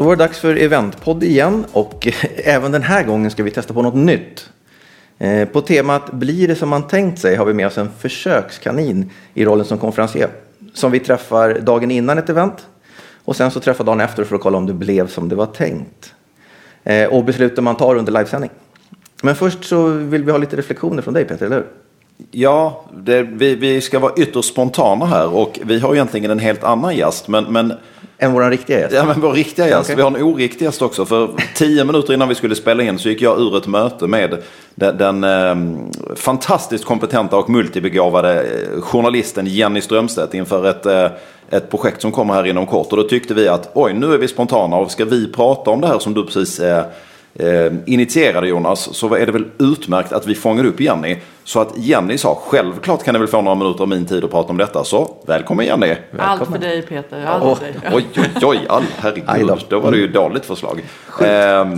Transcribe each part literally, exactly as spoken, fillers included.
var det dags för eventpodd igen och även den här gången ska vi testa på något nytt. På temat Blir det som man tänkt sig har vi med oss en försökskanin i rollen som konferencier som vi träffar dagen innan ett event och sen så träffar dagen efter för att kolla om det blev som det var tänkt. Och besluten man tar under livesändning. Men först så vill vi ha lite reflektioner från dig, Peter, eller hur? Ja, det, vi, vi ska vara ytterst spontana här och vi har egentligen en helt annan gäst. Men, men, än vår riktiga gäst? Ja, men vår riktiga gäst. Okay. Vi har en oriktig gäst också. För tio minuter innan vi skulle spela in så gick jag ur ett möte med den, den eh, fantastiskt kompetenta och multibegåvade journalisten Jenny Strömstedt inför ett, eh, ett projekt som kommer här inom kort. Och då tyckte vi att oj, nu är vi spontana och ska vi prata om det här som du precis eh, Eh, initierade, Jonas, så är det väl utmärkt att vi fångar upp Jenny. Så att Jenny sa, självklart kan det väl få några minuter av min tid att prata om detta. Så välkommen Jenny. Välkommen. Allt för dig, Peter. Allt oh, för dig. Oj, oj, oj, all, herregud. Då var det ju dåligt förslag. Eh,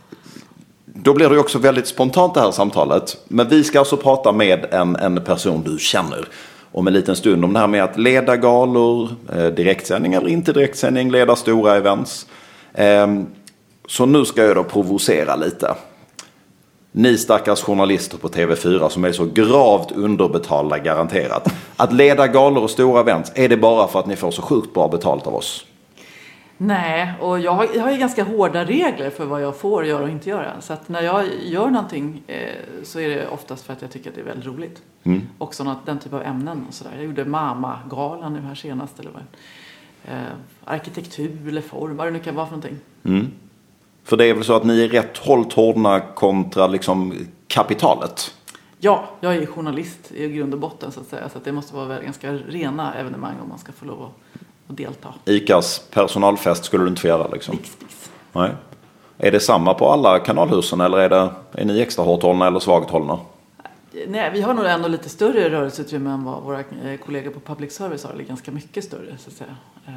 då blir det ju också väldigt spontant det här samtalet. Men vi ska alltså prata med en, en person du känner om en liten stund. Om det här med att leda galor, eh, direktsändning eller inte direktsändning, leda stora events. Eh, Så nu ska jag då provocera lite. Ni stackars journalister på T V fyra som är så gravt underbetalda garanterat. Att leda galor och stora event, är det bara för att ni får så sjukt bra betalt av oss? Nej, och jag har, jag har ju ganska hårda regler för vad jag får göra och inte göra. Så att när jag gör någonting eh, så är det oftast för att jag tycker att det är väldigt roligt. Mm. Och sådana, den typ av ämnen och sådär. Jag gjorde Mama-galan nu här senast. Eller vad, eh, arkitektur eller form, vad det nu kan vara för någonting. Mm. För det är väl så att ni är rätt hållt hårdna kontra liksom kapitalet? Ja, jag är journalist i grund och botten så att säga. Så att det måste vara väl ganska rena evenemang om man ska få lov att, att delta. ICAs personalfest skulle du inte få göra liksom? Exakt. Nej. Är det samma på alla kanalhusen eller är, det, är ni extra hårt hållna eller svagt hållna? Nej, vi har nog ändå lite större rörelseutrymme än vad våra kollegor på public service har. Eller ganska mycket större så att säga.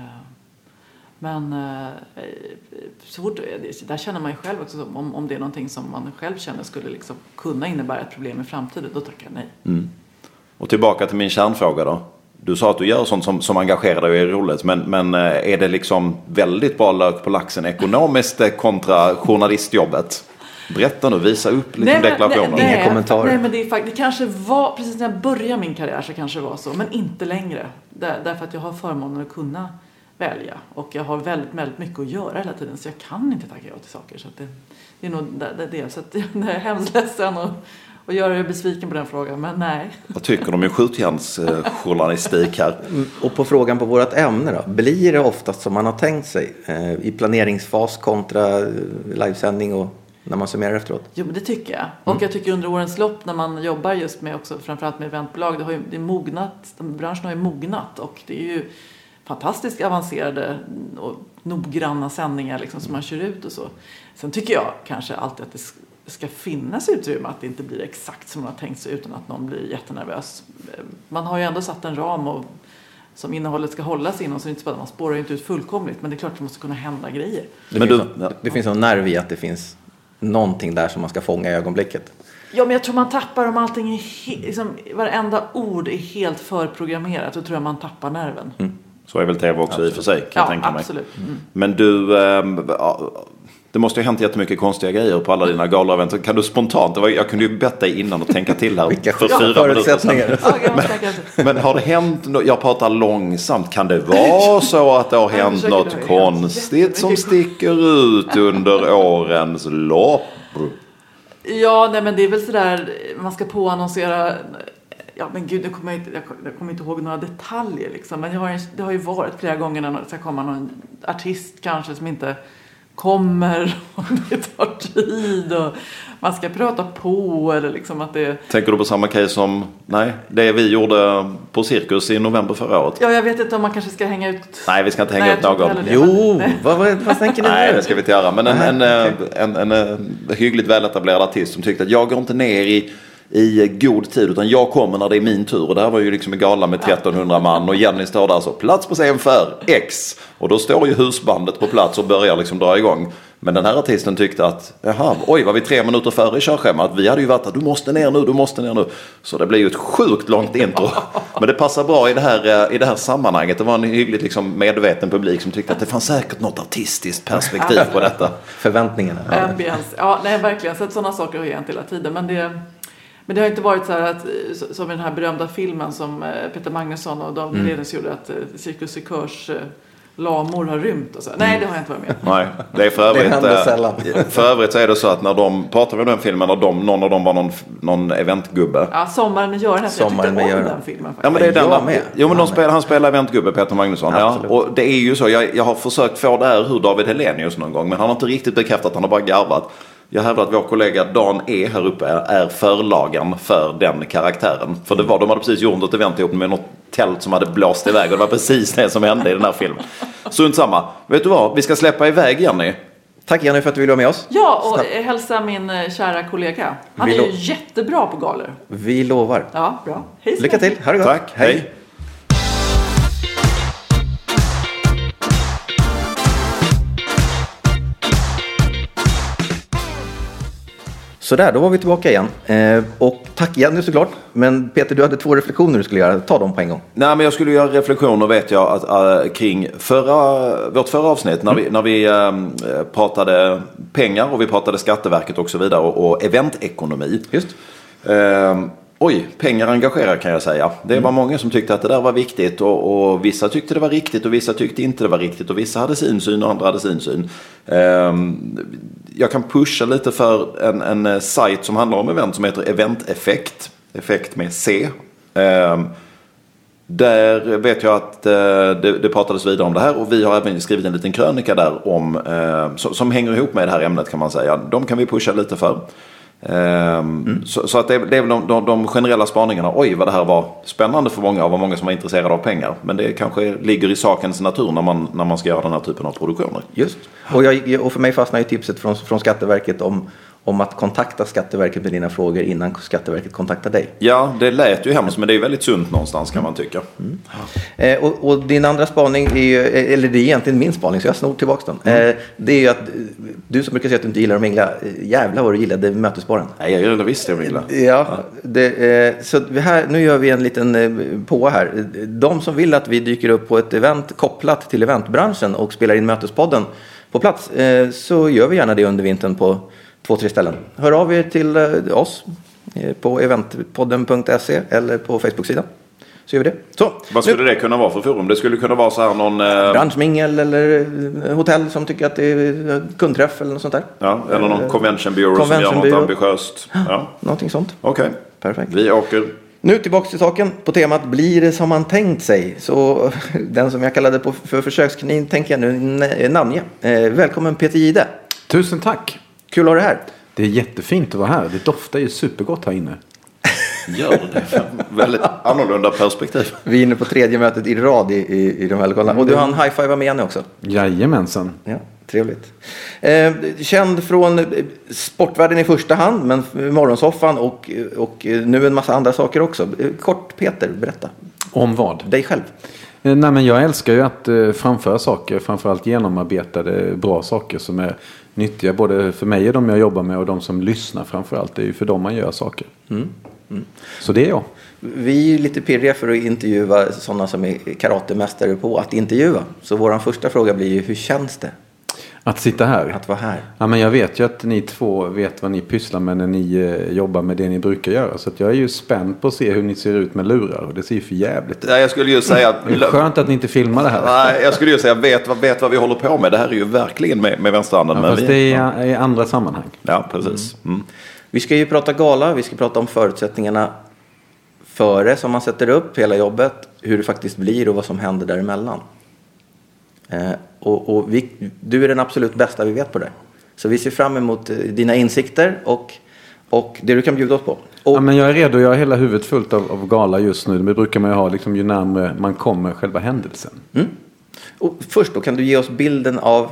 Men eh, så fort, där känner man ju själv också om, om det är någonting som man själv känner skulle liksom kunna innebära ett problem i framtiden, då tackar jag nej. Mm. Och tillbaka till min kärnfråga då. Du sa att du gör sånt som, som engagerar dig och är roligt, men, men är det liksom väldigt bra lök på laxen ekonomiskt kontra journalistjobbet? Berätta nu, visa upp liksom deklarationen. Nej, Inga kommentarer. Nej, men det, är faktiskt, det kanske var, precis när jag började min karriär så kanske det var så, men inte längre. Där, därför att jag har förmånen att kunna välja. Och jag har väldigt, väldigt mycket att göra hela tiden. Så jag kan inte tacka ja till saker. Så att det, det är nog det. det. Så att jag är hemskt ledsen och, och göra er besviken på den frågan. Men nej. Vad tycker du om en skjutjärnsjournalistik här? Och på frågan på vårt ämne då. Blir det oftast som man har tänkt sig? Eh, I planeringsfas kontra livesändning och när man summerar efteråt? Jo, men det tycker jag. Och mm. jag tycker under årens lopp när man jobbar just med också, framförallt med eventbolag. Det har ju det är mognat. Branschen har ju mognat. Och det är ju fantastiskt avancerade och noggranna sändningar liksom, som man kör ut och så. Sen tycker jag kanske alltid att det ska finnas utrymme att det inte blir exakt som man har tänkt sig utan att någon blir jättenervös. Man har ju ändå satt en ram och, som innehållet ska hållas inom så det är inte så att man spårar inte ut fullkomligt, men det är klart att det måste kunna hända grejer. Det, men finns, du, någon, det finns en nerv i att det finns någonting där som man ska fånga i ögonblicket. Ja, men jag tror man tappar om allting är he- liksom, varenda ord är helt förprogrammerat, då tror jag man tappar nerven. Mm. Så är väl T V också absolut. I och för sig, kan ja, jag tänka absolut. mig. Mm. Men du, äh, det måste ju ha hänt jättemycket konstiga grejer på alla dina galor. Kan du spontant, jag kunde ju bett dig innan och tänka till här Vilka för ja, fyra minuter sedan. Ja, men, men har det hänt, jag pratar långsamt, kan det vara så att det har hänt något konstigt som sticker ut under årens lopp? Ja, nej men det är väl sådär, man ska påannonsera. Ja, men gud, jag kommer inte, jag kommer inte ihåg några detaljer liksom. Men jag har, det har ju varit flera gånger när det ska komma någon artist kanske som inte kommer och det tar tid och man ska prata på eller liksom att det... Tänker du på samma case som, nej, det vi gjorde på Cirkus i november förra året? Ja, jag vet inte om man kanske ska hänga ut... Nej, vi ska inte hänga nej, ut någon. Jo, vad, vad, vad tänker ni? Nej, det ska vi inte göra. Men en, en, en, en, en, en hyggligt väletablerad artist som tyckte att jag går inte ner i i god tid, utan jag kommer när det är min tur. Och det här var ju liksom en gala med trettonhundra man och Jenny står där så, plats på scen för X. Och då står ju husbandet på plats och börjar liksom dra igång. Men den här artisten tyckte att, jaha, oj, var vi tre minuter före i körschemat. Vi hade ju varit att du måste ner nu, du måste ner nu. Så det blir ju ett sjukt långt intro. Men det passar bra i det här, i det här sammanhanget. Det var en hyggligt liksom, medveten publik som tyckte att det fanns säkert något artistiskt perspektiv på detta. Förväntningarna. Ambience. Ja, nej, verkligen. Så sådana saker har jag hänt hela tiden. Men det, men det har inte varit så här att, som i den här berömda filmen som Peter Magnusson och David mm. Ledens gjorde, att Cirkus Cirkörs lamor har rymt och så. Nej, det har jag inte varit med. Nej, det är för övrigt, för övrigt så är det så att när de pratar om den filmen, när de, någon av dem var någon, någon eventgubbe. Ja, Sommaren med Göran. Sommaren med Göran. Den filmen faktiskt. Ja, men det är den jag med. Jo, men de spelar, han spelar eventgubbe, Peter Magnusson. Ja, och det är ju så, jag, jag har försökt få det här hur David Hellenius någon gång, men han har inte riktigt bekräftat, han har bara garvat. Jag hävdar att vår kollega Dan E här uppe är förlagen för den karaktären. För det var, de hade precis gjort ett event ihop med något tält som hade blåst iväg. Och det var precis det som hände i den här filmen. Så inte samma. Vet du vad? Vi ska släppa iväg Jenny. Tack Jenny för att du ville vara med oss. Ja, och Snabb. hälsa min kära kollega. Han vi är lo- ju jättebra på galor. Vi lovar. Ja, bra. Hej, lycka till. Ha det gott. Tack. Hej. Hej. Så där, då var vi tillbaka igen. Eh, och tack Jenny såklart. Men Peter, du hade två reflektioner du skulle göra. Ta dem på en gång. Nej, men jag skulle göra reflektioner, vet jag, att, äh, kring förra, vårt förra avsnitt. När mm. vi, när vi äh, pratade pengar och vi pratade Skatteverket och så vidare. Och, och eventekonomi. Just. Eh, oj, pengar engagerar kan jag säga. Det var mm. många som tyckte att det där var viktigt. Och, och vissa tyckte det var riktigt och vissa tyckte inte det var riktigt. Och vissa hade sin syn och andra hade sin syn. Eh, Jag kan pusha lite för en, en sajt som handlar om event som heter Eventeffekt. Effekt med C. Eh, där vet jag att eh, det, det pratades vidare om det här. Och vi har även skrivit en liten krönika där om, eh, som, som hänger ihop med det här ämnet kan man säga. De kan vi pusha lite för. Eh, mm. Så, så att det, det är väl de, de, de generella spaningarna. Oj, vad det här var spännande för många och vad många som var intresserade av pengar. Men det kanske ligger i sakens natur när man, när man ska göra den här typen av produktioner. Just. Och, jag, och för mig fastnar ju tipset från, från Skatteverket om, om att kontakta Skatteverket med dina frågor innan Skatteverket kontaktar dig. Ja, det lät ju hemskt, men det är väldigt sunt någonstans kan man tycka. Mm. Eh, och, och din andra spaning är ju, eller det är egentligen min spaning så jag snor tillbaka den. Mm. Eh, det är ju att du som brukar säga att du inte gillar att mingla, jävla vad du gillade mötesbaren. Nej, jag gillar visst jag mingla. Ja, det, eh, så här, nu gör vi en liten eh, på här. De som vill att vi dyker upp på ett event kopplat till eventbranschen och spelar in Mötespodden på plats, eh, så gör vi gärna det under vintern på två, tre ställen. Hör av er till eh, oss eh, på eventpodden punkt se eller på Facebook-sidan. Så gör vi det. Så, vad skulle nu. Det kunna vara för forum? Det skulle kunna vara så här någon... Eh... branschmingel eller eh, hotell som tycker att det är kundträff eller något sånt där. Ja, eller någon convention bureau convention som gör något ambitiöst. Ja. Någonting sånt. Okej. Okay. Perfekt. Vi åker... Nu tillbaka till saken på temat blir det som man tänkt sig. Så den som jag kallade på för försökskanin tänker jag nu namnge. Eh, välkommen Peter Gide. Tusen tack. Kul att ha dig här. Det är jättefint att vara här. Det doftar ju supergott här inne. Gör det. Väldigt annorlunda perspektiv. Vi är inne på tredje mötet i rad i, i, i de här lokalerna. Och du har en high-five med Jenny också. Jajamensan. Ja, trevligt. Eh, känd från sportvärlden i första hand, men morgonsoffan och, och nu en massa andra saker också. Kort Peter, berätta. Om vad? Dig själv. Nej, men jag älskar ju att uh, framföra saker, framförallt genomarbetade bra saker som är nyttiga både för mig och de jag jobbar med och de som lyssnar framförallt. Det är ju för dem man gör saker. Mm. Mm. Så det är jag. Vi är lite pirriga för att intervjua sådana som är karatemästare på att intervjua. Så vår första fråga blir ju, hur känns det? Att sitta här? Att vara här. Ja, men jag vet ju att ni två vet vad ni pysslar med när ni eh, jobbar med det ni brukar göra. Så att jag är ju spänd på att se hur ni ser ut med lurar. Och det ser ju för jävligt ut. Ja, jag skulle ju säga... Det är skönt att ni inte filmar det här. Nej, jag skulle ju säga vet, vet vad vi håller på med. Det här är ju verkligen med, med vänsterhanden. Ja, fast vi, det är i andra sammanhang. Ja, precis. Mm. Vi ska ju prata gala. Vi ska prata om förutsättningarna före som man sätter upp hela jobbet. Hur det faktiskt blir och vad som händer däremellan. Eh, och och vi, du är den absolut bästa vi vet på det. Så vi ser fram emot dina insikter och, och det du kan bjuda oss på. Och, ja, men jag är redo, jag har hela huvudet fullt av, av gala just nu. Det brukar man ju ha liksom, ju närmare man kommer själva händelsen. Mm. Och först då kan du ge oss bilden av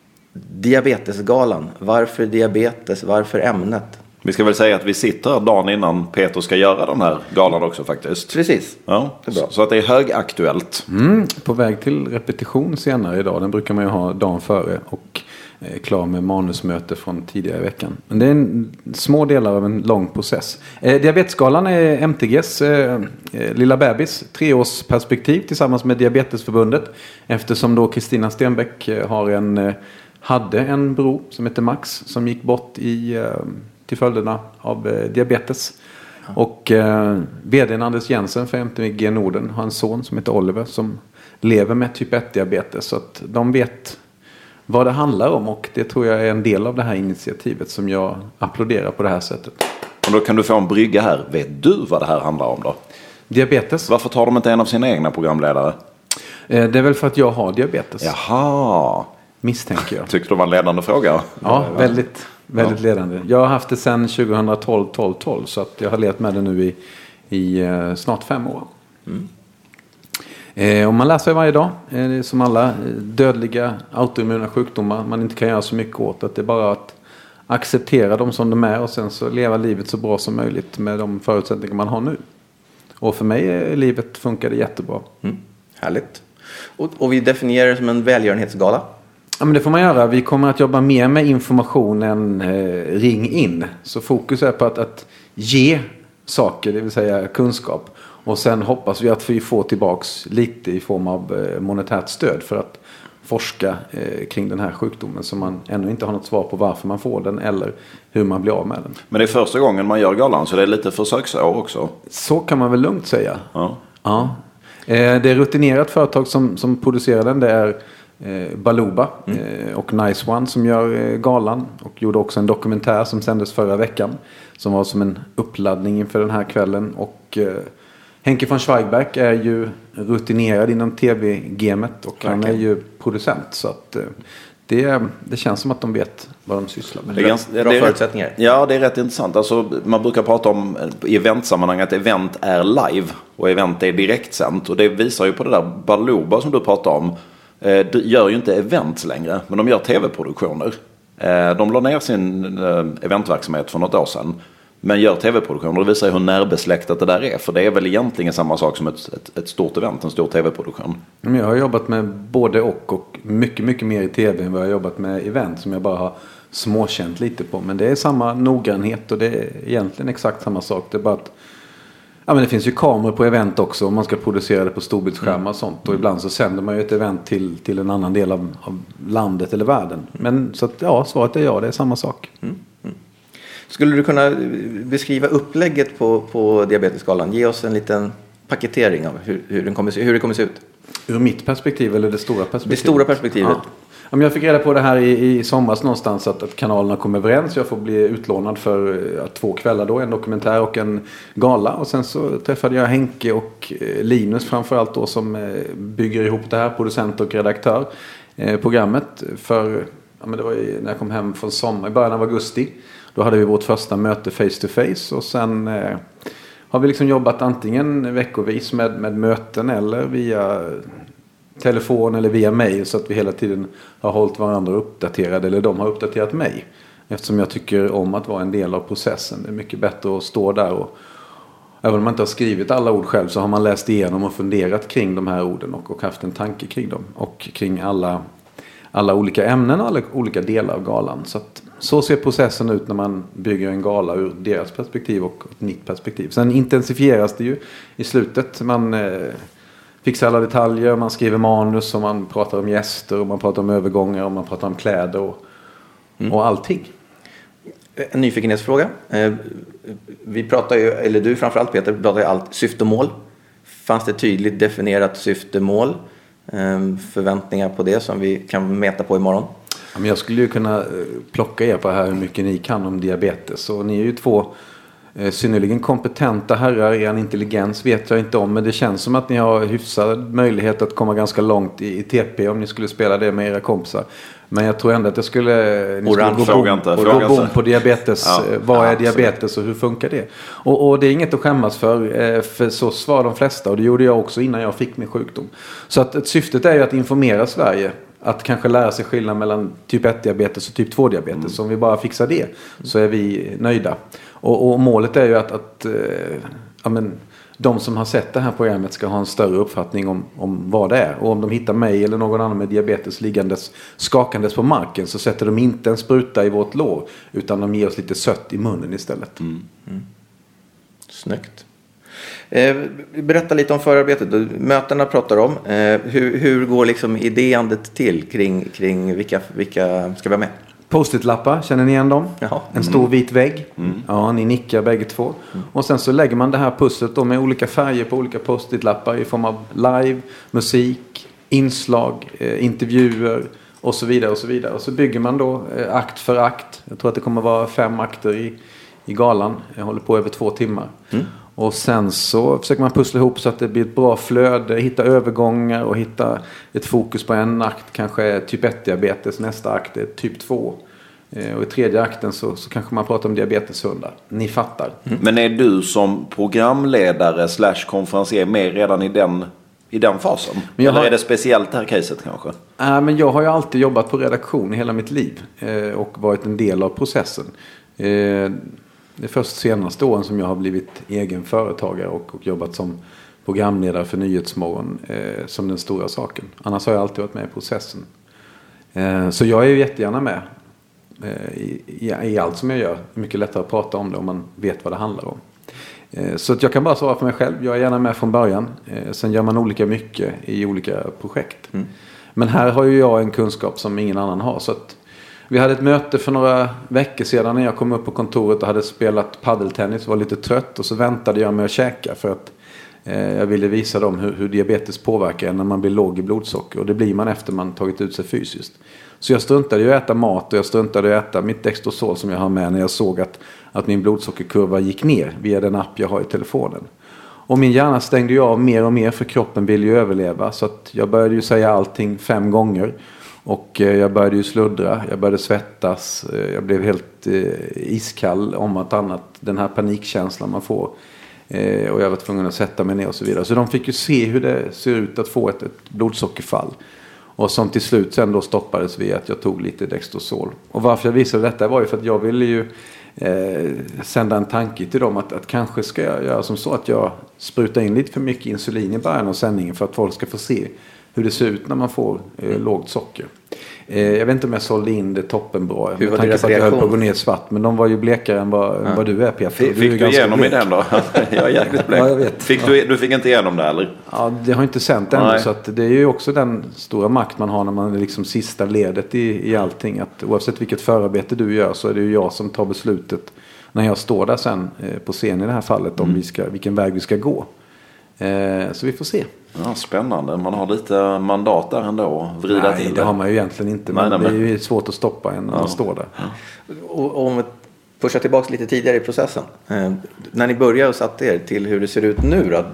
diabetesgalan. Varför diabetes? Varför ämnet? Vi ska väl säga att vi sitter dagen innan Peter ska göra den här galan också faktiskt. Precis. Ja, det är bra. Så att det är högaktuellt. Mm, på väg till repetition senare idag. Den brukar man ju ha dagen före. Och eh, klar med manusmöte från tidigare i veckan. Men det är en små delar av en lång process. Eh, Diabetesgalan är M T G:s eh, lilla bebis, treårsperspektiv tillsammans med Diabetesförbundet. Eftersom då Kristina Stenbeck har en, eh, hade en bror som heter Max som gick bort i, eh, till följderna av eh, diabetes. Och eh, vdn Anders Jensen för M T G Norden har en son som heter Oliver som lever med typ ett-diabetes. Så att de vet vad det handlar om och det tror jag är en del av det här initiativet som jag applåderar på det här sättet. Och då kan du få en brygga här. Vet du vad det här handlar om då? Diabetes. Varför tar de inte en av sina egna programledare? Eh, det är väl för att jag har diabetes. Jaha. Misstänker jag. Tyckte det var en ledande fråga? Ja, väldigt, väldigt ja. ledande. Jag har haft det sedan tjugotolv tolv tolv så att jag har levt med det nu i, i uh, snart fem år. Mm. Eh, och man läser varje dag, eh, det är som alla dödliga autoimmuna sjukdomar man inte kan göra så mycket åt. Att det är bara att acceptera dem som de är och sen så leva livet så bra som möjligt med de förutsättningar man har nu. Och för mig är livet funkar det jättebra. Mm. Härligt. Och, och vi definierar det som en välgörenhetsgala. Ja, men det får man göra. Vi kommer att jobba mer med information än eh, ring in. Så fokus är på att, att ge saker, det vill säga kunskap. Och sen hoppas vi att vi får tillbaks lite i form av eh, monetärt stöd för att forska eh, kring den här sjukdomen som man ännu inte har något svar på varför man får den eller hur man blir av med den. Men det är första gången man gör galan så det är lite försöksår också. Så kan man väl lugnt säga. Ja. Ja. Eh, det är rutinerat företag som, som producerar den. Det är Eh, Baluba mm. eh, och Nice One som gör eh, galan och gjorde också en dokumentär som sändes förra veckan som var som en uppladdning inför den här kvällen och eh, Henke von Zweigbergk är ju rutinerad inom tv-gamet och okay. han är ju producent så att eh, det, det känns som att de vet vad de sysslar med. Det är ganska, bra det är förutsättningar. Rätt, ja, det är rätt intressant. Alltså, man brukar prata om i eventsammanhang att event är live och event är direktsänt och det visar ju på det där Baluba som du pratar om. De gör ju inte events längre, men de gör tv-produktioner. De la ner sin eventverksamhet för något år sedan, men gör tv-produktioner. Det visar ju hur närbesläktat det där är, för det är väl egentligen samma sak som ett, ett, ett stort event, en stor tv-produktion. Jag har jobbat med både och och mycket, mycket mer i tv än vad jag har jobbat med event som jag bara har småkänt lite på. Men det är samma noggrannhet och det är egentligen exakt samma sak. Det är bara att ja, men det finns ju kameror på event också om man ska producera det på storbildsskärmar och sånt. Och ibland så sänder man ju ett event till, till en annan del av, av landet eller världen. Men så att, ja, svaret är ja, det är samma sak. Mm. Mm. Skulle du kunna beskriva upplägget på, på Diabetesgalan? Ge oss en liten paketering av hur, hur, den kommer, hur det kommer se ut. Ur mitt perspektiv eller det stora perspektivet? Det stora perspektivet. Ja. Ja, men jag fick reda på det här i, i somras någonstans att, att kanalerna kom överens. Jag får bli utlånad för ja, två kvällar då, en dokumentär och en gala. Och sen så träffade jag Henke och eh, Linus framförallt då som eh, bygger ihop det här, producent och redaktör. Eh, programmet för, ja, men det var ju när jag kom hem från sommar, i början av augusti. Då hade vi vårt första möte face to face och sen eh, har vi liksom jobbat antingen veckovis med, med möten eller via telefon eller via mail så att vi hela tiden har hållit varandra uppdaterade eller de har uppdaterat mig. Eftersom jag tycker om att vara en del av processen. Det är mycket bättre att stå där och även om man inte har skrivit alla ord själv så har man läst igenom och funderat kring de här orden och, och haft en tanke kring dem. Och kring alla, alla olika ämnen och alla olika delar av galan. Så att, så ser processen ut när man bygger en gala ur deras perspektiv och ett mitt perspektiv. Sen intensifieras det ju i slutet. Man eh, fixar alla detaljer, man skriver manus och man pratar om gäster och man pratar om övergångar och man pratar om kläder och, mm. och allting. En nyfikenhetsfråga. Vi pratar ju, eller du framförallt Peter, pratar ju allt syfte och mål. Fanns det tydligt definierat syftemål? Förväntningar på det som vi kan mäta på imorgon? Ja, men jag skulle ju kunna plocka er på här hur mycket ni kan om diabetes. Och ni är ju två eh, synnerligen kompetenta herrar. Er intelligens vet jag inte om. Men det känns som att ni har hyfsad möjlighet att komma ganska långt i, i T P om ni skulle spela det med era kompisar. Men jag tror ändå att jag skulle, ni skulle gå bom, inte, och gå bom på diabetes. Ja, vad är absolut. Diabetes och hur funkar det? Och, och det är inget att skämmas för. För så svarar de flesta. Och det gjorde jag också innan jag fick min sjukdom. Så att, att syftet är ju att informera Sverige. Att kanske lära sig skillnad mellan typ ett-diabetes och typ två-diabetes. Mm. Så om vi bara fixar det så är vi nöjda. Och, och målet är ju att, att, äh, ja, men, de som har sett det här programmet ska ha en större uppfattning om, om vad det är. Och om de hittar mig eller någon annan med diabetes liggandes skakandes på marken, så sätter de inte en spruta i vårt lår, utan de ger oss lite sött i munnen istället. Mm. Mm. Snyggt. Eh, berätta lite om förarbetet. Mötena pratar om. Eh, hur, hur går liksom idéandet till kring, kring vilka, vilka ska vara med? Post-it-lappar, känner ni igen dem? Jaha. En stor Mm. vit vägg. Mm. Ja, ni nickar bägge två. Mm. Och sen så lägger man det här pusslet då med olika färger på olika post-it-lappar i form av live, musik, inslag, eh, intervjuer och så vidare och så vidare. Och så bygger man då eh, akt för akt. Jag tror att det kommer vara fem akter i, i galan. Jag håller på över två timmar. Mm. Och sen så försöker man pussla ihop så att det blir ett bra flöde, hitta övergångar och hitta ett fokus på en akt. Kanske är typ ett diabetes, nästa akt är typ två. Och i tredje akten så, så kanske man pratar om diabeteshundar. Ni fattar. Mm. Men är du som programledare slash konferencier med redan i den, i den fasen? Eller har... är det speciellt det här caset kanske? Äh, men jag har ju alltid jobbat på redaktion i hela mitt liv. Eh, och varit en del av processen. Eh, Det är först senaste åren som jag har blivit egen företagare och, och jobbat som programledare för Nyhetsmorgon eh, som den stora saken. Annars har jag alltid varit med i processen. Eh, så jag är ju jättegärna med eh, i, i, i allt som jag gör. Det är mycket lättare att prata om det om man vet vad det handlar om. Eh, så att jag kan bara svara för mig själv. Jag är gärna med från början. Eh, sen gör man olika mycket i olika projekt. Mm. Men här har ju jag en kunskap som ingen annan har, så att vi hade ett möte för några veckor sedan när jag kom upp på kontoret och hade spelat paddeltennis, var lite trött, och så väntade jag med att käka för att eh, jag ville visa dem hur, hur diabetes påverkar när man blir låg i blodsocker, och det blir man efter man tagit ut sig fysiskt. Så jag struntade ju att äta mat och jag struntade att äta mitt Dextrosol som jag har med när jag såg att, att min blodsockerkurva gick ner via den app jag har i telefonen. Och min hjärna stängde ju av mer och mer för kroppen vill ju överleva, så att jag började ju säga allting fem gånger. Och jag började ju sluddra, jag började svettas, jag blev helt eh, iskall om att annat, den här panikkänslan man får. Eh, och jag var tvungen att sätta mig ner och så vidare. Så de fick ju se hur det ser ut att få ett, ett blodsockerfall. Och som till slut sen då stoppades vid att jag tog lite Dextrosol. Och varför jag visade detta var ju för att jag ville ju eh, sända en tanke till dem att, att kanske ska jag göra som så att jag sprutar in lite för mycket insulin i början av sändningen för att folk ska få se hur det ser ut när man får eh, lågt socker. Eh, jag vet inte om jag sålde in det toppen bra. Hur var deras reaktion? Jag höll på att gå ner svart, men de var ju blekare än vad, ja. vad du är, Peter. Fick du, du, du igenom blek. I den då? Jag är jäkligt blek. Ja, jag vet. Fick du, du fick inte igenom det eller? Ja, det har inte sänt ännu, så att det är ju också den stora makt man har när man är liksom sista ledet i, i allting. Att oavsett vilket förarbete du gör så är det ju jag som tar beslutet när jag står där sen eh, på scen i det här fallet om mm. vi ska, vilken väg vi ska gå. Eh, så vi får se. Ja, spännande. Man har lite mandat där ändå. Vrida Nej, till det. det har man ju egentligen inte. Men, nej, nej, men det är ju svårt att stoppa en när ja. man står där. Ja. Och om vi pushar tillbaka lite tidigare i processen. Eh, när ni började och satte er till hur det ser ut nu då,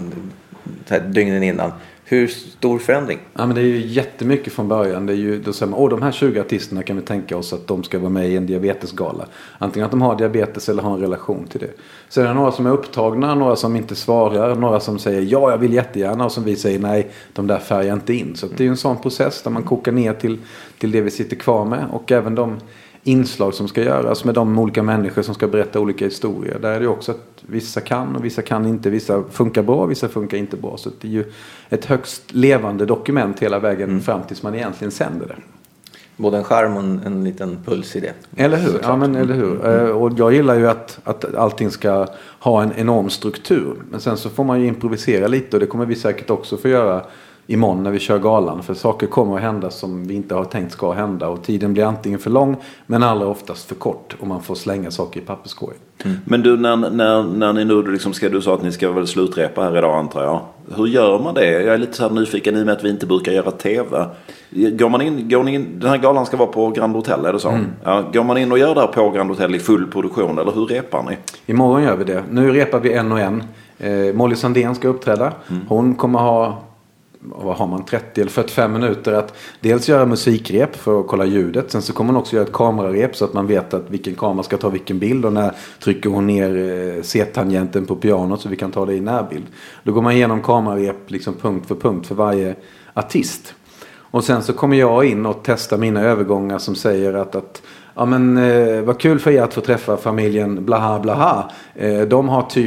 dygnen innan. Hur stor förändring? Ja, men det är ju jättemycket från början. Det är ju, då säger man, åh, de här tjugo artisterna kan vi tänka oss att de ska vara med i en diabetesgala. Antingen att de har diabetes eller har en relation till det. Så är det några som är upptagna, några som inte svarar, några som säger ja, jag vill jättegärna, och som vi säger nej, de där färgar inte in. Så det är ju en sån process där man kokar ner till, till det vi sitter kvar med, och även de inslag som ska göras med de olika människor som ska berätta olika historier. Där är det också att vissa kan och vissa kan inte. Vissa funkar bra, vissa funkar inte bra. Så det är ju ett högst levande dokument hela vägen mm. fram tills man egentligen sänder det. Både en charm och en, en liten puls i det. Eller hur? Ja, men eller hur? Mm. Och jag gillar ju att, att allting ska ha en enorm struktur. Men sen så får man ju improvisera lite, och det kommer vi säkert också få göra imorgon när vi kör galan. För saker kommer att hända som vi inte har tänkt ska hända. Och tiden blir antingen för lång, men allra oftast för kort. Och man får slänga saker i papperskorgen. Mm. Men du, när, när, när ni nu liksom ska, du sa att ni ska väl slutrepa här idag, antar jag. Hur gör man det? Jag är lite så här nyfiken i och med att vi inte brukar göra tv. Går man in, går ni in, den här galan ska vara på Grand Hotel, är det så? Mm. Ja, går man in och gör det här på Grand Hotel i full produktion, eller hur repar ni? Imorgon gör vi det. Nu repar vi en och en. Eh, Molly Sandén ska uppträda. Mm. Hon kommer ha, vad har man, trettio eller fyrtiofem minuter att dels göra musikrep för att kolla ljudet. Sen så kommer hon också göra ett kamerarep så att man vet att vilken kamera ska ta vilken bild. Och när trycker hon ner C-tangenten på pianot så vi kan ta det i närbild. Då går man igenom kamerarep liksom punkt för punkt för varje artist. Och sen så kommer jag in och testar mina övergångar som säger att, att ja men eh, vad kul för er att få träffa familjen blaha blaha. Eh, de har typ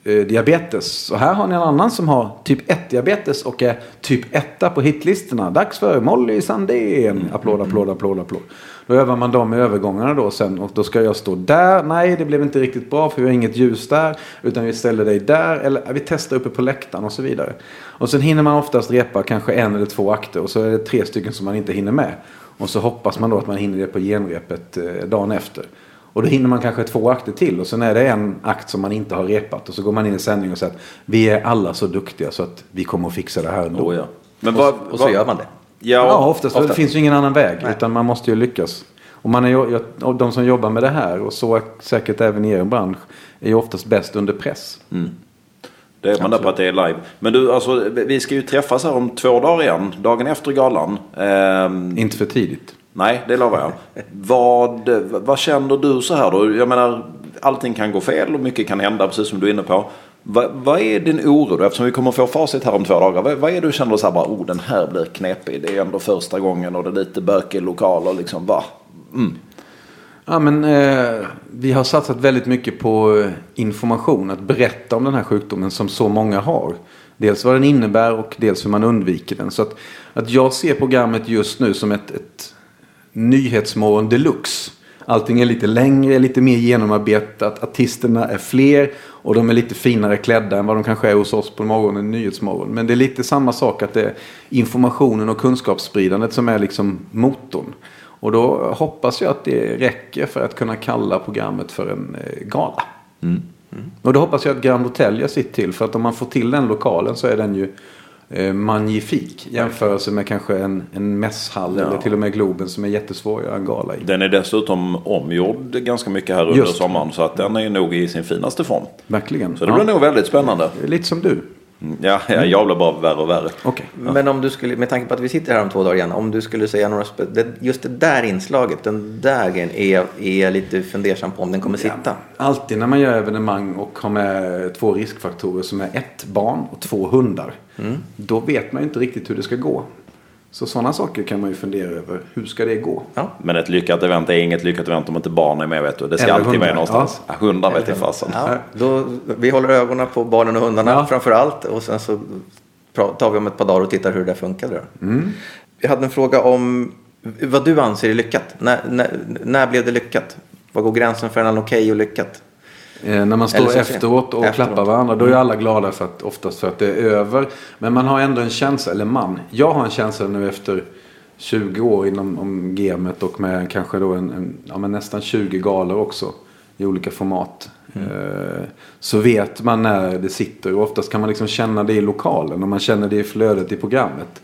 eh, diabetes. Så här har ni en annan som har typ ett diabetes och är typ etta på hitlistorna. Dags för Molly Sandén. Applåd, applåd, applåd, applåd. Då övar man dem i övergångarna då sen. Och då ska jag stå där. Nej, det blev inte riktigt bra för vi har inget ljus där. Utan vi ställer dig där. Eller vi testar uppe på läktaren och så vidare. Och sen hinner man oftast repa kanske en eller två akter. Och så är det tre stycken som man inte hinner med. Och så hoppas man då att man hinner det på genrepet eh, dagen efter. Och då hinner man kanske två akter till. Och sen är det en akt som man inte har repat. Och så går man in i sändning och säger att vi är alla så duktiga så att vi kommer att fixa det här ändå. Oh, ja. Men och, vad, och så vad, gör man det. Ja, ja oftast. oftast. Det finns ju ingen annan väg. Nej. Utan man måste ju lyckas. Och man är ju, och de som jobbar med det här. Och så säkert även i er bransch. Är ju oftast bäst under press. Mm. Det är man där på att det är live. Men du, alltså, vi ska ju träffas här om två dagar igen. Dagen efter galan. Ehm, Inte för tidigt. Nej, det lovar jag. vad, vad känner du så här då? Jag menar, allting kan gå fel och mycket kan hända, precis som du är inne på. Va, vad är din oro då? Eftersom vi kommer få facit här om två dagar. Vad, vad är det du känner så här bara, oh den här blir knepig. Det är ändå första gången och det är lite bökig lokal och liksom, va? Mm. Ja, men eh, vi har satsat väldigt mycket på information. Att berätta om den här sjukdomen som så många har. Dels vad den innebär och dels hur man undviker den. Så att, att jag ser programmet just nu som ett, ett nyhetsmorgon deluxe. Allting är lite längre, lite mer genomarbetat. Artisterna är fler och de är lite finare klädda än vad de kanske är hos oss på morgonen, nyhetsmorgon. Men det är lite samma sak att det är informationen och kunskapsspridandet som är liksom motorn. Och då hoppas jag att det räcker för att kunna kalla programmet för en eh, gala. Mm. Mm. Och då hoppas jag att Grand Hotel gör sitt till. För att om man får till den lokalen så är den ju eh, magnifik. Jämförelse med kanske en, en mässhall ja. Eller till och med Globen som är jättesvår att göra en gala i. Den är dessutom omgjord ganska mycket här under Just. sommaren. Så att den är nog i sin finaste form. Verkligen. Så det blir ja. nog väldigt spännande. Lite som du. Ja, ja, jag blir bara värre och värre. Okay. Ja. Men om du skulle, med tanke på att vi sitter här om två dagar igen, om du skulle säga några, just det där inslaget, den där grejen är, är jag lite fundersam på om den kommer sitta. Ja. Alltid när man gör evenemang och har med två riskfaktorer som är ett barn och två hundar, mm. då vet man ju inte riktigt hur det ska gå. Så sådana saker kan man ju fundera över. Hur ska det gå? Ja. Men ett lyckat event är inget lyckat event om inte barn är med, vet du. Det ska Eller alltid hundar. Med någonstans. Ja. Hundar vet i fasen. Ja. Då, vi håller ögonen på barnen och hundarna ja. framför allt. Och sen så tar vi om ett par dagar och tittar hur det funkar. Mm. Jag hade en fråga om vad du anser är lyckat. När, när, när blev det lyckat? Vad går gränsen för en okej och lyckat? Eh, när man står efteråt och efteråt. klappar varandra, då är alla glada för att, oftast för att det är över. Men man har ändå en känsla, eller man. Jag har en känsla nu efter tjugo år inom om gamet och med kanske då en, en ja, men nästan tjugo galor också i olika format. Mm. Eh, så vet man när det sitter, och oftast kan man liksom känna det i lokalen och man känner det i flödet i programmet.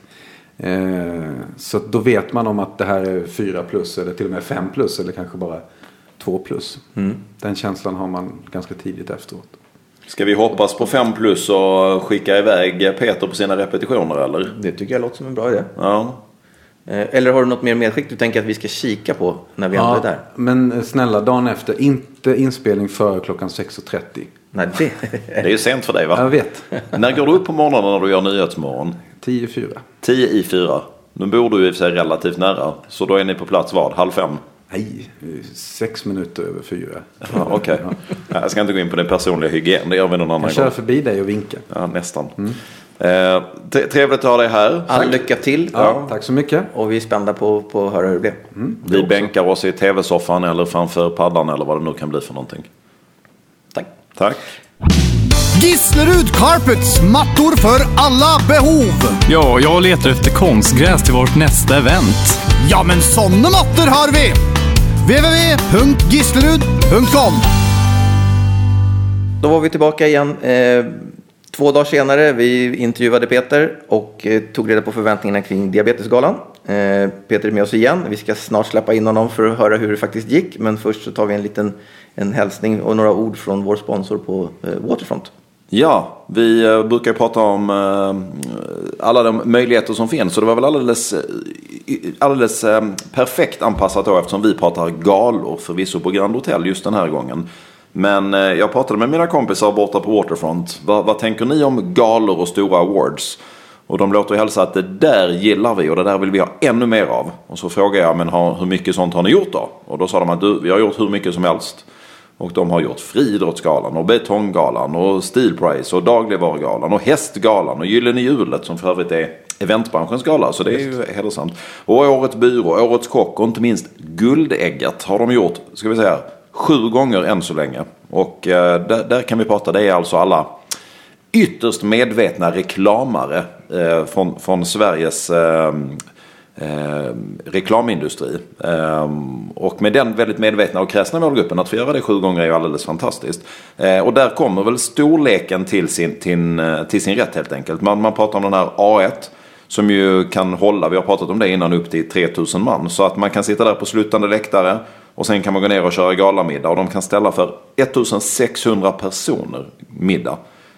Eh, så då vet man om att det här är fyra plus eller till och med fem plus eller kanske bara två plus. Mm. Den känslan har man ganska tidigt efteråt. Ska vi hoppas på fem plus och skicka iväg Peter på sina repetitioner eller? Det tycker jag låter som en bra idé. Ja. Eller har du något mer medskick du tänker att vi ska kika på när vi ja, ändå är där? Men snälla, dagen efter, inte inspelning före klockan sex och trettio. Nej, det... det är ju sent för dig, va? Jag vet. När går du upp på morgonen när du gör nyhetsmorgon? tio i fyra. tio i fyra. Nu bor du i sig relativt nära. Så då är ni på plats vad? Halv fem? Nej, sex minuter över fyra. Ja, okej. Okay. Ja. Jag ska inte gå in på den personliga hygien. Det gör vi någon annan gång. Jag kör förbi dig och vinkar. Ja, nästan. Mm. Eh, trevligt att ha dig här. All lycka till. Ja, ja. Tack så mycket. Och vi är spända på, på att höra hur det blir. Mm, vi bänkar oss i tv-soffan eller framför paddan eller vad det nu kan bli för någonting. Tack. Tack. Gislerud Carpets, mattor för alla behov. Ja, jag letar efter konstgräs till vårt nästa event. Ja, men sådana mattor har vi. w w w punkt gislerud punkt com. Då var vi tillbaka igen. Eh, två dagar senare, vi intervjuade Peter och eh, tog reda på förväntningarna kring Diabetesgalan. Eh, Peter är med oss igen. Vi ska snart släppa in honom för att höra hur det faktiskt gick. Men först så tar vi en liten en hälsning och några ord från vår sponsor på eh, Waterfront. Ja, vi uh, brukar prata om uh, alla de möjligheter som finns. Så det var väl alldeles, uh, alldeles uh, perfekt anpassat då, eftersom vi pratar galor förvisso på Grand Hotel just den här gången. Men uh, jag pratade med mina kompisar borta på Waterfront. Va, vad tänker ni om galor och stora awards? Och de låter hälsa att det där gillar vi och det där vill vi ha ännu mer av. Och så frågar jag, men har, hur mycket sånt har ni gjort då? Och då sa de att du, vi har gjort hur mycket som helst. Och de har gjort Friidrottsgalan och Betonggalan och Steel Prize och Dagligvarugalan och Hästgalan och Gyllene Hjulet som för övrigt är eventbranschens gala. Så det är ju hedersamt. Och Årets Byrå, Årets Kock och inte minst Guldägget har de gjort, ska vi säga, sju gånger än så länge. Och eh, där, där kan vi prata, det är alltså alla ytterst medvetna reklamare eh, från, från Sveriges eh, eh, reklamindustri. Eh, och med den väldigt medvetna och kräsna målgruppen att få göra det sju gånger är ju alldeles fantastiskt. Eh, och där kommer väl storleken till sin, till, till sin rätt helt enkelt. Man, man pratar om den här A ett som ju kan hålla, vi har pratat om det innan, upp till tre tusen man. Så att man kan sitta där på slutande läktare och sen kan man gå ner och köra galamiddag. Och de kan ställa för ettusensexhundra personer middag.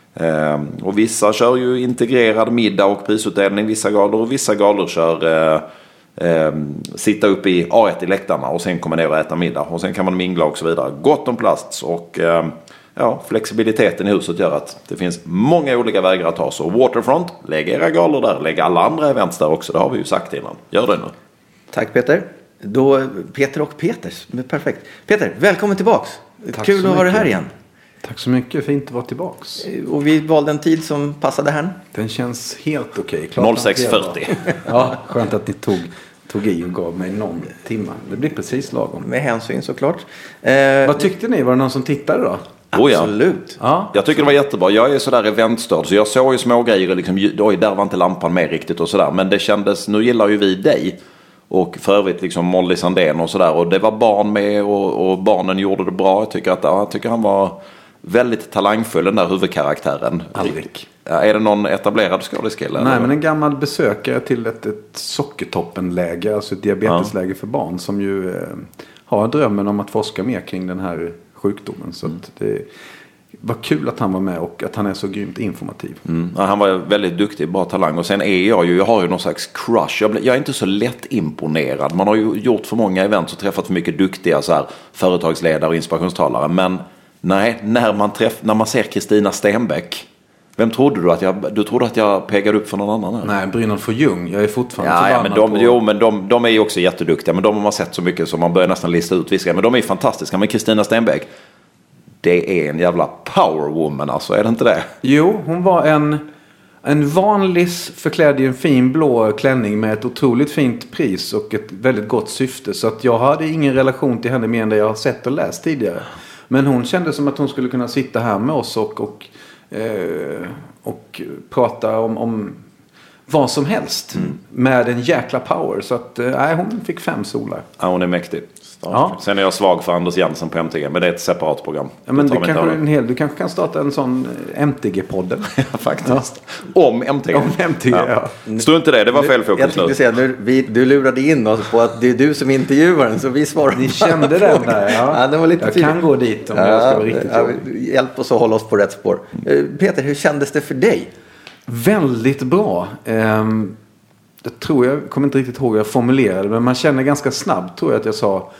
Eh, och vissa kör ju integrerad middag och prisutdelning, vissa galor, och vissa galor kör eh, eh, sitta upp i A ett i läktarna och sen komma ner och äta middag. Och sen kan man mingla och så vidare. Gott om plats och eh, ja, flexibiliteten i huset gör att det finns många olika vägar att ta. Så Waterfront, lägg era galor där, lägg alla andra events där också, det har vi ju sagt innan. Gör det nu. Tack Peter. Då Peter och Peters, perfekt. Peter, välkommen tillbaks. Tack Kul att ha dig här igen. Tack så mycket, fint att vara tillbaks. Och vi valde en tid som passade här. Den känns helt okej. noll sex fyrtio. Ja, skönt att ni tog, tog i och gav mig någon timma. Det blir precis lagom. Med hänsyn såklart. Eh, Vad tyckte ni? Var det någon som tittade då? Oh ja. Absolut. Ja. Jag tycker det var jättebra. Jag är sådär eventstörd så jag såg ju små grejer liksom, oj där var inte lampan med riktigt och sådär. Men det kändes, nu gillar ju vi dig. Och för övrigt liksom Molly Sandén och sådär. Och det var barn med och, och barnen gjorde det bra. Jag tycker, att, ja, jag tycker han var väldigt talangfull, den där huvudkaraktären. Alrik. Är det någon etablerad skådespelare? Nej, men en gammal besökare till ett, ett sockertoppenläge, alltså ett diabetesläge ja. för barn som ju eh, har drömmen om att forska mer kring den här sjukdomen. Så mm. att det var kul att han var med och att han är så grymt informativ. Mm. Ja, han var väldigt duktig, bra talang. Och sen är jag ju, jag har ju någon slags crush. Jag, jag är inte så lätt imponerad. Man har ju gjort för många event och träffat för mycket duktiga så här, företagsledare och inspirationstalare. Men nej, när man, träff, när man ser Kristina Stenbeck. Vem trodde du att jag, du trodde att jag pegade upp för någon annan här? Nej, Brynolf och Ljung. Jag är fortfarande ja, ja, men de, på... Jo, men de, de är ju också jätteduktiga. Men de har man sett så mycket som man börjar nästan lista ut vissa. Men de är ju fantastiska. Men Kristina Stenbeck, det är en jävla powerwoman alltså, är det inte det? Jo, hon var en, en vanlig förklädd i en fin blå klänning med ett otroligt fint pris och ett väldigt gott syfte. Så att jag hade ingen relation till henne mer än det jag har sett och läst tidigare. Men hon kände som att hon skulle kunna sitta här med oss och, och, eh, och prata om, om vad som helst mm. med en jäkla power. Så att eh, hon fick fem solar. Ja, hon är mäktig. Ja. Sen är jag svag för Anders Jensen på M T G, men det är ett separat program. Ja, men du, kanske en hel, du kanske kan starta en sån M T G-podden. Ja, faktiskt. Ja. Om M T G. Om M T G, ja. ja. Stå inte det, det var fel fokus. Jag tänkte säga, nu, vi, du lurade in oss på att det är du som intervjuar den, så vi svarar. Ni kände den där, ja. Ja, den var lite jag tydlig. Kan gå dit om ja, jag ska vara riktigt ja, hjälp oss att hålla oss på rätt spår. Peter, hur kändes det för dig? Väldigt bra. Um, jag tror, jag kommer inte riktigt ihåg hur jag formulerade, men man känner ganska snabbt, tror jag att jag sa,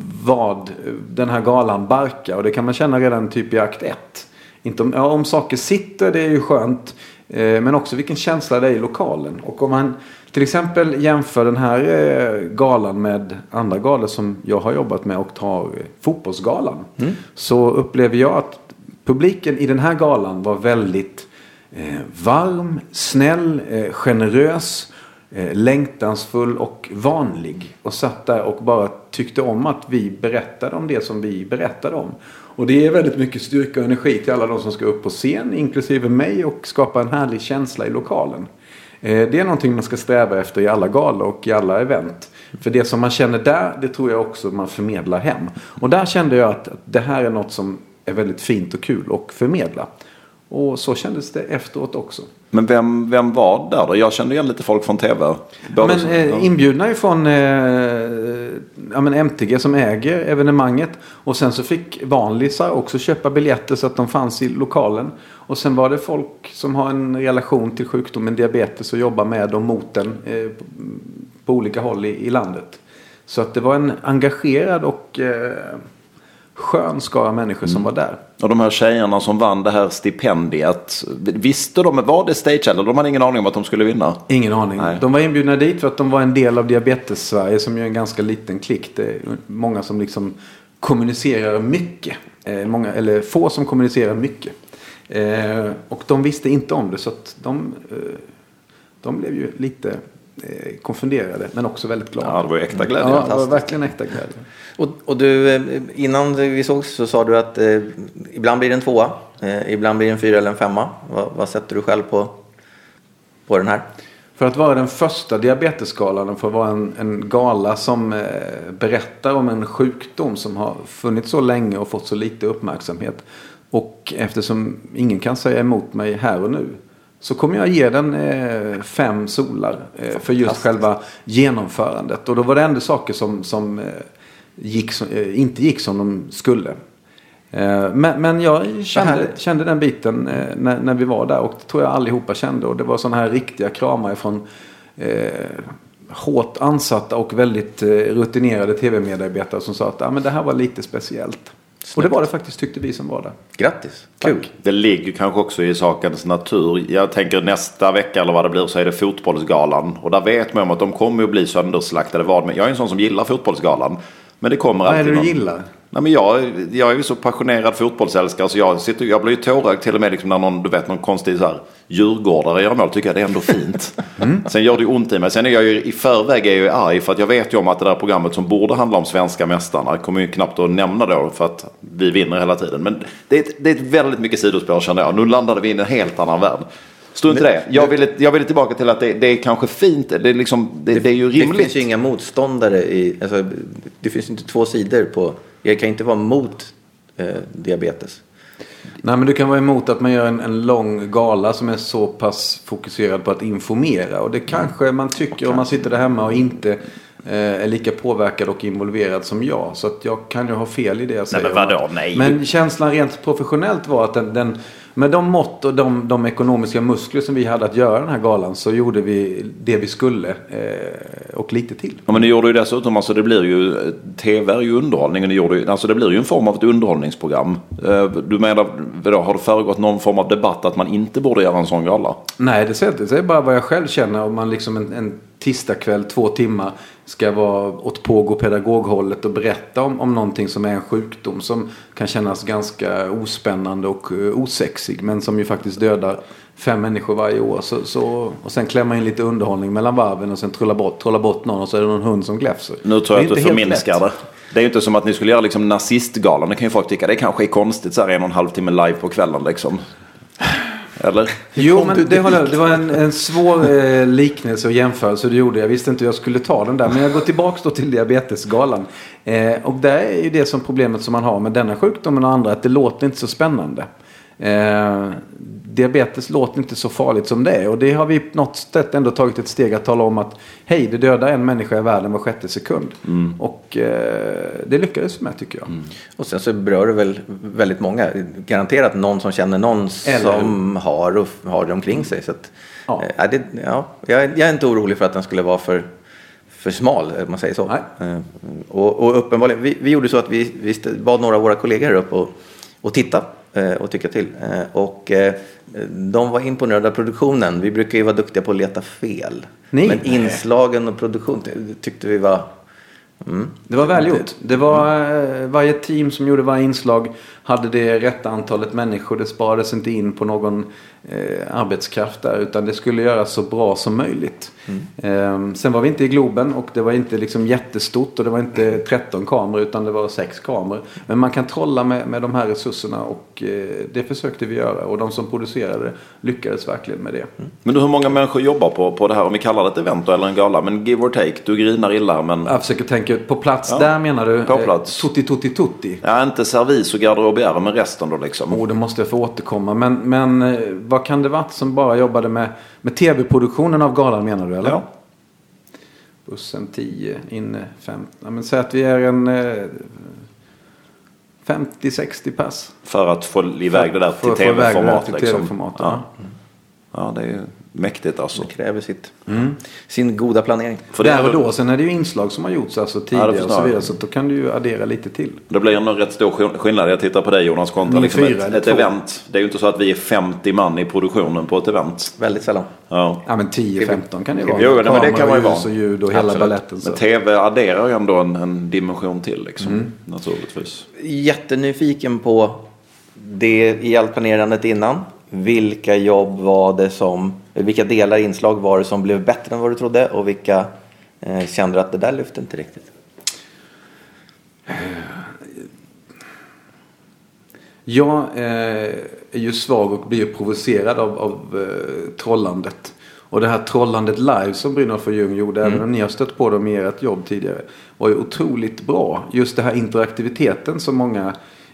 vad den här galan barkar. Och det kan man känna redan typ i akt ett. Inte om, ja, om saker sitter, det är ju skönt. Eh, men också vilken känsla det är i lokalen. Och om man till exempel jämför den här eh, galan med andra galor som jag har jobbat med och tar eh, fotbollsgalan. Mm. Så upplever jag att publiken i den här galan var väldigt eh, varm, snäll, eh, generös. Eh, längtansfull och vanlig och satt där och bara tyckte om att vi berättade om det som vi berättade om. Och det är väldigt mycket styrka och energi till alla de som ska upp på scen, inklusive mig, och skapa en härlig känsla i lokalen. Eh, det är någonting man ska sträva efter i alla galor och i alla event. För det som man känner där, det tror jag också man förmedlar hem. Och där kände jag att det här är något som är väldigt fint och kul att förmedla. Och så kändes det efteråt också. Men vem, vem var där då? Jag kände igen lite folk från tv. Ja, men, eh, inbjudna ifrån eh, ja, men M T G som äger evenemanget. Och sen så fick vanlisar också köpa biljetter så att de fanns i lokalen. Och sen var det folk som har en relation till sjukdomen diabetes och jobbar med och mot den eh, på, på olika håll i, i landet. Så att det var en engagerad och... Eh, skön skara människor som mm. var där. Och de här tjejerna som vann det här stipendiet, visste de, var det stage eller de hade ingen aning om att de skulle vinna? Ingen aning. Nej. De var inbjudna dit för att de var en del av Diabetes-Sverige som är en ganska liten klick. Det är många som liksom kommunicerar mycket Eh, många, eller få som kommunicerar mycket. Eh, och de visste inte om det, så att de, eh, de blev ju lite eh, konfunderade, men också väldigt glada. Ja, det var ju äkta glädje. Ja, det var verkligen äkta glädje. Och, och du, innan vi sågs så sa du att eh, ibland blir det en tvåa, eh, ibland blir det en fyra eller en femma. Va, vad sätter du själv på, på den här? För att vara den första diabetesgalan, för att vara en, en gala som eh, berättar om en sjukdom som har funnits så länge och fått så lite uppmärksamhet. Och eftersom ingen kan säga emot mig här och nu, så kommer jag ge den eh, fem solar eh, för just själva genomförandet. Och då var det ändå saker som, som, eh, gick som eh, inte gick som de skulle. Eh, men, men jag kände, kände den biten eh, när, när vi var där, och det tror jag allihopa kände. Och det var sådana här riktiga kramar från eh, hårt ansatta och väldigt eh, rutinerade tv-medarbetare som sa att ah, men det här var lite speciellt. Och det var det faktiskt, tyckte vi som var där. Grattis, kul. Tack. Det ligger kanske också i sakens natur. Jag tänker nästa vecka eller vad det blir så är det fotbollsgalan. Och där vet man om att de kommer att bli sönderslaktade vad. Men jag är en sån som gillar fotbollsgalan. Men det kommer alltid. Vad är det du någon... gillar? Nej, men jag, jag är ju så passionerad fotbollsälskare så jag, sitter, jag blir ju tårögd till och med liksom när någon, du vet, någon konstig så här, djurgårdare gör mål, tycker jag det är ändå fint. Mm. Sen gör det ju ont i mig. Sen är jag ju i förväg är jag ju arg för att jag vet ju om att det där programmet som borde handla om svenska mästarna kommer ju knappt att nämna då för att vi vinner hela tiden. Men det är ett, det är ett väldigt mycket sidospår känner jag. Nu landade vi i en helt annan värld. Stå inte det. Jag ville, jag ville tillbaka till att det, det är kanske fint. Det är, liksom, det, det, det är ju rimligt. Det finns ju inga motståndare i... Alltså, det finns inte två sidor på... Jag kan inte vara mot eh, diabetes. Nej, men du kan vara emot att man gör en, en lång gala som är så pass fokuserad på att informera. Och det kanske man tycker om man sitter där hemma och inte eh, är lika påverkad och involverad som jag. Så att jag kan ju ha fel i det jag säger. Nej, men vadå? Nej. Men känslan rent professionellt var att den... den med de mått och de, de ekonomiska muskler som vi hade att göra den här galan, så gjorde vi det vi skulle eh, och lite till. Ja, men det gjorde ju dessutom, alltså det blir ju, tv är ju underhållning, och det, gjorde ju, alltså det blir ju en form av ett underhållningsprogram. Eh, du menar, då, har det föregått någon form av debatt att man inte borde göra en sån gala? Nej, det säger det är bara vad jag själv känner. Om man liksom en, en tisdagkväll, två timmar, ska vara åt pågå pedagoghållet och berätta om, om någonting som är en sjukdom som kan kännas ganska ospännande och uh, osexig, men som ju faktiskt dödar fem människor varje år. Så, så, och sen klämma in lite underhållning mellan varven och sen trolla bort, trolla bort någon och så är det någon hund som gläfser. Nu tror jag att du förminskar det. Det är ju inte som att ni skulle göra liksom nazistgalan. Det kan ju folk tycka, det kanske är konstigt så här en och en halv timme live på kvällen liksom. Eller? Jo, men det, håller, det var en, en svår eh, liknelse och jämförelse du gjorde. Jag visste inte hur jag skulle ta den där. Men jag går tillbaka då till diabetesgalan. Eh, och där är ju det som problemet som man har med denna sjukdomen och andra, att det låter inte så spännande. Eh, diabetes låter inte så farligt som det är. Och det har vi på något sätt ändå tagit ett steg att tala om att hej, det dödar en människa i världen var sjätte sekund. Mm. Och eh, det lyckades med, tycker jag. Mm. Och sen så berör det väl väldigt många. Garanterat någon som känner någon Eller... som har och har det omkring sig. Så att, ja. Eh, det, ja, jag, jag är inte orolig för att den skulle vara för, för smal, om man säger så. Eh, och, och uppenbarligen, vi, vi gjorde så att vi, vi bad några av våra kollegor upp och, och titta och tycka till. Och de var imponerade av produktionen. Vi brukar ju vara duktiga på att leta fel. Nej. Men inslagen och produktion tyckte vi var... Mm. Det var välgjort. Det var varje team som gjorde varje inslag hade det rätta antalet människor. Det sparades inte in på någon eh, arbetskraft där, utan det skulle göras så bra som möjligt. Mm. Eh, sen var vi inte i Globen och det var inte liksom jättestort och det var inte tretton kameror utan det var sex kameror. Men man kan trolla med, med de här resurserna och eh, det försökte vi göra, och de som producerade lyckades verkligen med det. Mm. Men du, hur många människor jobbar på, på det här, om vi kallar det ett event eller en gala, men give or take, du grinar illa men... Jag försöker tänka på plats, ja. Där menar du på plats. Eh, tutti tutti tutti. Ja, inte servis och garderobiär, men resten då liksom. Oh, det måste jag få återkomma. Men, men eh, vad kan det vara som bara jobbade med, med tv-produktionen av galan, menar du, eller? Ja. Bussen tio, inne fem. Ja, men säg att vi är en eh, femtio sextio pass. För att få iväg det där till tv-format. Till liksom. tv-format, ja. Ja. Ja, det är, mäktigt alltså. Det kräver sitt, mm. sin goda planering. För där och då, sen är det ju inslag som har gjorts alltså tidigare ja, och så vidare, så då kan du ju addera lite till. Det blir en rätt stor skillnad. Jag tittar på dig, Jonas, kontra liksom fyra, ett, ett event. Det är ju inte så att vi är femtio man i produktionen på ett event. Väldigt sällan. Ja, ja men tio femton kan det vara. Jo, men det kan man ju vara. Och ljud och hela balletten. Men tv adderar ju ändå en, en dimension till liksom, mm. naturligtvis. Jättenyfiken på det i allt planerandet innan. Vilka jobb var det som, vilka delar inslag var det som blev bättre än vad du trodde, och vilka eh, kände att det där lyfte inte riktigt? Jag eh, är ju svag och blir provocerad av, av eh, trollandet. Och det här trollandet live som Brynolf och Ljung gjorde, mm. även om ni har stött på dem i ert jobb tidigare, var ju otroligt bra. Just det här interaktiviteten som många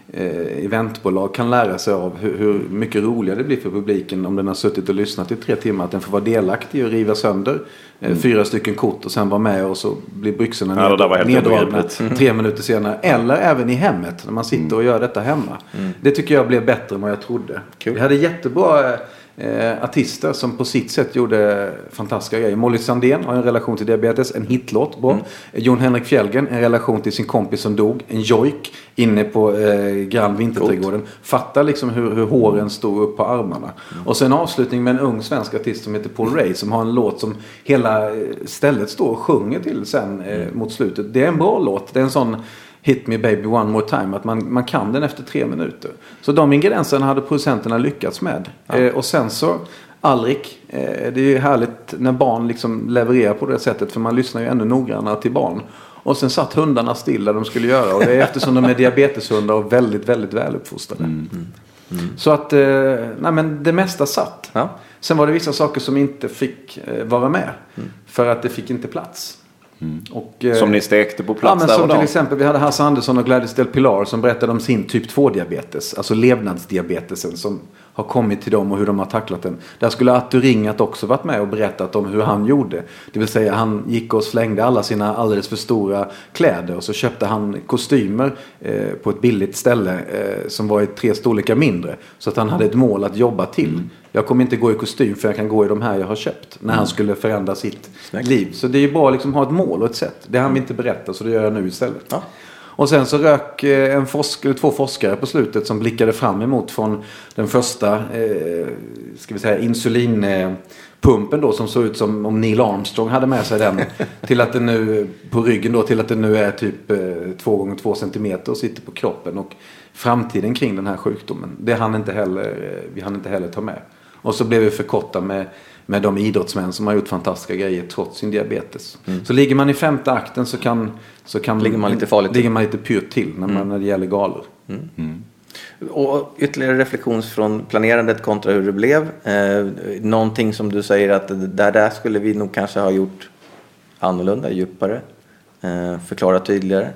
eh, eventbolag kan lära sig av. Hur, hur mycket roligare det blir för publiken om den har suttit och lyssnat i tre timmar. Att den får vara delaktig och riva sönder eh, mm. fyra stycken kort och sen vara med och så blir byxorna ja, ned, neddragna mm. tre minuter senare. Eller även i hemmet när man sitter och gör detta hemma. Mm. Det tycker jag blev bättre än vad jag trodde. Cool. Vi hade jättebra Eh, artister som på sitt sätt gjorde fantastiska grejer. Molly Sandén har en relation till diabetes, en hitlåt bra. Mm. Jon Henrik Fjällgren, en relation till sin kompis som dog, en jojk inne på eh, Grand Vinterträdgården. Fatta liksom hur, hur håren stod upp på armarna. Mm. Och sen avslutning med en ung svensk artist som heter Paul Ray, som har en låt som hela stället står och sjunger till sen eh, mm. mot slutet. Det är en bra låt. Det är en sån Hit Me Baby One More Time, att man, man kan den efter tre minuter. Så de ingredienserna hade producenterna lyckats med. Ja. Eh, och sen så Alrik, eh, det är ju härligt när barn liksom levererar på det sättet, för man lyssnar ju ännu noggrannare till barn. Och sen satt hundarna still där de skulle göra, och det är eftersom de är diabeteshundar och väldigt, väldigt väluppfostrade. Mm. Mm. Mm. Så att, eh, nej men det mesta satt. Ja. Sen var det vissa saker som inte fick eh, vara med, mm. för att det fick inte plats. Mm. Och, som ni stekte på plats ja, men där som till exempel vi hade Hasse Andersson och Gladys Del Pilar som berättade om sin typ två-diabetes, alltså levnadsdiabetesen som har kommit till dem och hur de har tacklat den. Där skulle Artur Ringat också varit med och berättat om hur han gjorde. Det vill säga han gick och slängde alla sina alldeles för stora kläder och så köpte han kostymer eh, på ett billigt ställe eh, som var i tre storlekar mindre, så att han hade ett mål att jobba till. Mm. Jag kommer inte gå i kostym för jag kan gå i de här jag har köpt. När han skulle förändra sitt Snägt. liv. Så det är ju bra att liksom ha ett mål och ett sätt. Det han inte berätta, så det gör jag nu istället. Ja. Och sen så rök en forsk- två forskare på slutet som blickade fram emot från den första eh, ska vi säga, insulinpumpen då, som såg ut som om Neil Armstrong hade med sig den. Till att den nu på ryggen då, till att den nu är typ eh, två gånger två centimeter och sitter på kroppen. Och framtiden kring den här sjukdomen, det hann inte heller, vi hann inte heller ta med. Och så blev vi förkorta med, med de idrottsmän som har gjort fantastiska grejer trots sin diabetes. Mm. Så ligger man i femte akten så kan, så kan ligger man lite farligt ligger man lite pyrt till när, man, mm. när det gäller galor. Mm. Mm. Och ytterligare reflektion från planerandet kontra hur det blev. Eh, någonting som du säger att där, där skulle vi nog kanske ha gjort annorlunda, djupare, eh, förklara tydligare.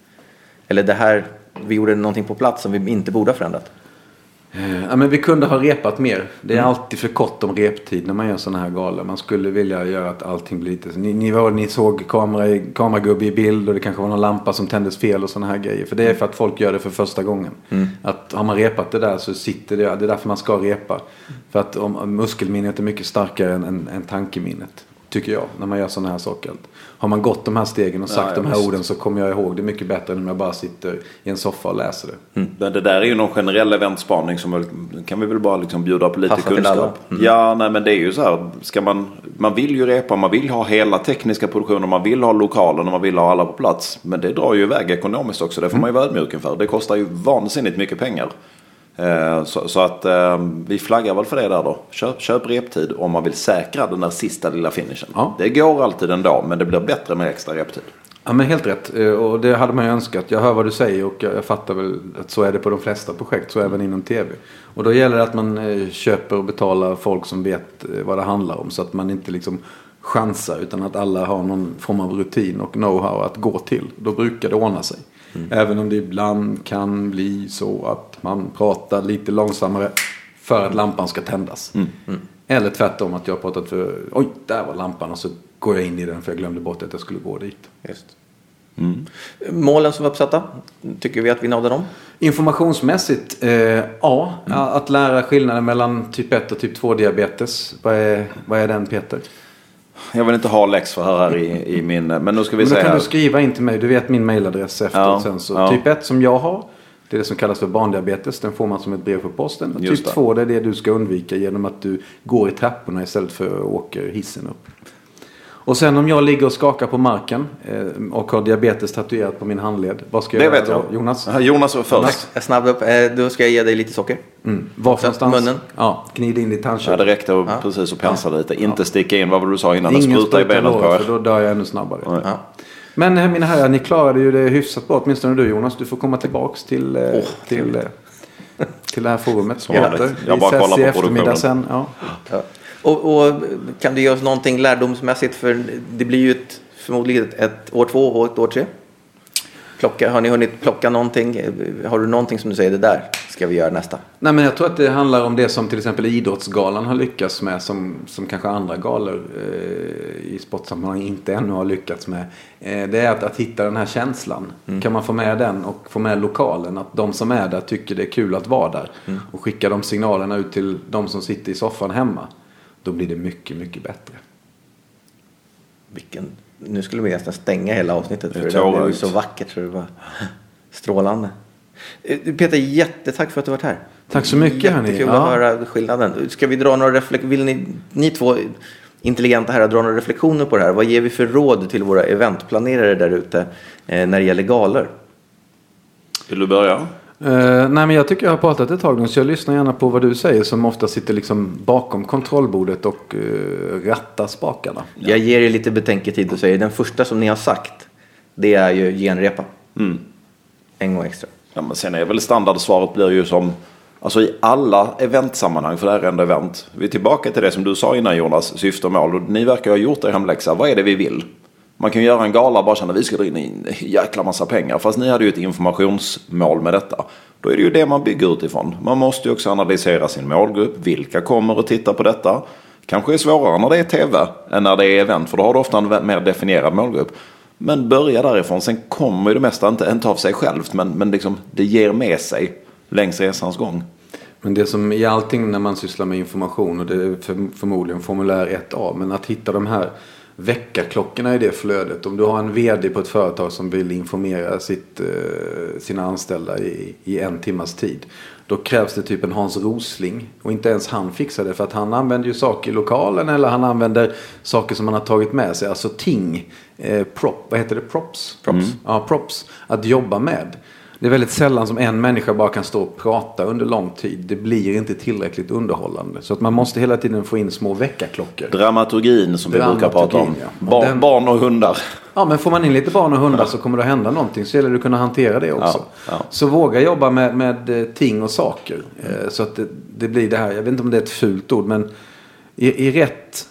Eller det här, vi gjorde någonting på plats som vi inte borde ha förändrat. Ja, men vi kunde ha repat mer. Det är mm. alltid för kort om reptid när man gör sådana här galor. Man skulle vilja göra att allting blir lite... Ni, ni, var, ni såg kamera, kameragubbe i bild och det kanske var någon lampa som tändes fel och sådana här grejer. För det är för att folk gör det för första gången. Mm. Att har man repat det där så sitter det... Det är därför man ska repa. För att om, muskelminnet är mycket starkare än, än, än tankeminnet. Tycker jag, när man gör sådana här saker. Har man gått de här stegen och sagt ja, de här visst. orden, så kommer jag ihåg det mycket bättre än om jag bara sitter i en soffa och läser det. Mm. Det, det där är ju någon generell eventspaning som kan vi väl bara liksom bjuda på lite Passa kunskap. Mm. Ja, nej, men det är ju så här, ska man, man vill ju repa, man vill ha hela tekniska produktionen, man vill ha lokalen och man vill ha alla på plats. Men det drar ju iväg ekonomiskt också, det får mm. man ju vara ödmjuk inför. Det kostar ju vansinnigt mycket pengar. Så, så att eh, vi flaggar väl för det där då. Köp, köp reptid om man vill säkra den där sista lilla finishen. Ja. Det går alltid en dag, men det blir bättre med extra reptid. Ja, men helt rätt. Och det hade man ju önskat. Jag hör vad du säger och jag fattar väl att så är det på de flesta projekt, så även inom tv. Och då gäller det att man köper och betalar folk som vet vad det handlar om, så att man inte liksom chansar, utan att alla har någon form av rutin och know-how att gå till. Då brukar det ordna sig. Mm. Även om det ibland kan bli så att man pratar lite långsammare för att lampan ska tändas. Mm. Mm. Eller tvärtom, att jag har pratat för oj, där var lampan, och så går jag in i den för jag glömde bort att jag skulle gå dit. Just. Mm. Målen som var uppsatta, tycker vi att vi nådde dem? Informationsmässigt, eh, ja. Mm. Att lära skillnaden mellan typ ett och typ två diabetes. Vad är, vad är den, Peter? Jag vill inte ha läxor här, här i, i min... Men nu ska vi men säga... då kan här. du skriva in till mig. Du vet min mailadress efter. Ja, sen så. ja. Typ ett som jag har. Det är det som kallas för barndiabetes. Den får man som ett brev på posten. Och typ två, det är det du ska undvika genom att du går i trapporna istället för att åka hissen upp. Och sen om jag ligger och skakar på marken eh, och har diabetes tatuerat på min handled. Vad ska jag det göra vet jag. då, Jonas? Aha, Jonas var först. Jag snabb upp. Eh, då ska jag ge dig lite socker. Mm. Varför någonstans? Munnen. Ja, gnid in i tandköttet. Ja, det räckte och ja. precis och pensa ja. lite. Inte ja. sticka in, vad var det du sa innan? Ingen spruta i benet på er. För då dör jag ännu snabbare. Ja. Men mina herrar, ni klarade ju det hyfsat bra. Åtminstone du, Jonas. Du får komma tillbaks till, oh, till, till, till det här forumet. Jag bara kollar på produktionen. Sen. Ja. Ja. Och, och kan du ge oss någonting lärdomsmässigt? För det blir ju ett, förmodligen ett år två och ett år tre. Plocka, har ni hunnit plocka någonting? Har du någonting som du säger, det där ska vi göra nästa? Nej, men jag tror att det handlar om det som till exempel Idrottsgalan har lyckats med. Som, som kanske andra galor eh, i sportsammanhang inte ännu har lyckats med. Eh, det är att, att hitta den här känslan. Mm. Kan man få med den och få med lokalen. Att de som är där tycker det är kul att vara där. Mm. Och skicka de signalerna ut till de som sitter i soffan hemma. Då blir det mycket, mycket bättre. Vilken... Nu skulle vi nästan stänga hela avsnittet. För det, det blev så vackert så det var strålande. Peter, jättetack för att du varit här. Tack så mycket. Jättekul att ja. höra skillnaden. Ska vi dra några reflektioner? Vill ni, ni två intelligenta här dra några reflektioner på det här? Vad ger vi för råd till våra eventplanerare där ute eh, när det gäller galor? Vill du börja? Uh, nej, men jag tycker jag har pratat ett tag nu, så jag lyssnar gärna på vad du säger som ofta sitter liksom bakom kontrollbordet och uh, rattar spakarna. Ja. Jag ger er lite betänketid och säger den första som ni har sagt, det är ju genrepa. Mm. En gång extra. Ja, men sen är väl standardsvaret blir ju som alltså i alla eventsammanhang, för det här är ändå event. Vi är tillbaka till det som du sa innan, Jonas, syfte och mål. Och ni verkar ha gjort er hemläxa. Vad är det vi vill? Man kan ju göra en gala och bara känna att vi ska dra in en jäkla massa pengar. Fast ni hade ju ett informationsmål med detta. Då är det ju det man bygger utifrån. Man måste ju också analysera sin målgrupp. Vilka kommer att titta på detta? Kanske är svårare när det är tv än när det är event. För då har du ofta en mer definierad målgrupp. Men börja därifrån. Sen kommer ju det mesta inte, inte av sig självt. Men, men liksom, det ger med sig längs resans gång. Men det som i allting när man sysslar med information. Och det är för, förmodligen formulär ett A. Men att hitta de här väckarklockorna i det flödet. Om du har en vd på ett företag som vill informera sitt, eh, sina anställda i, i en timmas tid. Då krävs det typ en Hans Rosling. Och inte ens han fixar det. För att han använder ju saker i lokalen. Eller han använder saker som han har tagit med sig. Alltså ting. Eh, prop, vad heter det? Props? Props. Mm. Ja, props. Att jobba med. Det är väldigt sällan som en människa bara kan stå och prata under lång tid. Det blir inte tillräckligt underhållande. Så att man måste hela tiden få in små väckarklockor. Dramaturgin som Dramaturgin, vi brukar prata om. Ja. Bar, den, barn och hundar. Ja, men får man in lite barn och hundar ja. så kommer det hända någonting. Så gäller det att kunna hantera det också. Ja, ja. Så våga jobba med, med ting och saker. Mm. Så att det, det blir det här. Jag vet inte om det är ett fult ord. Men i, i rätt...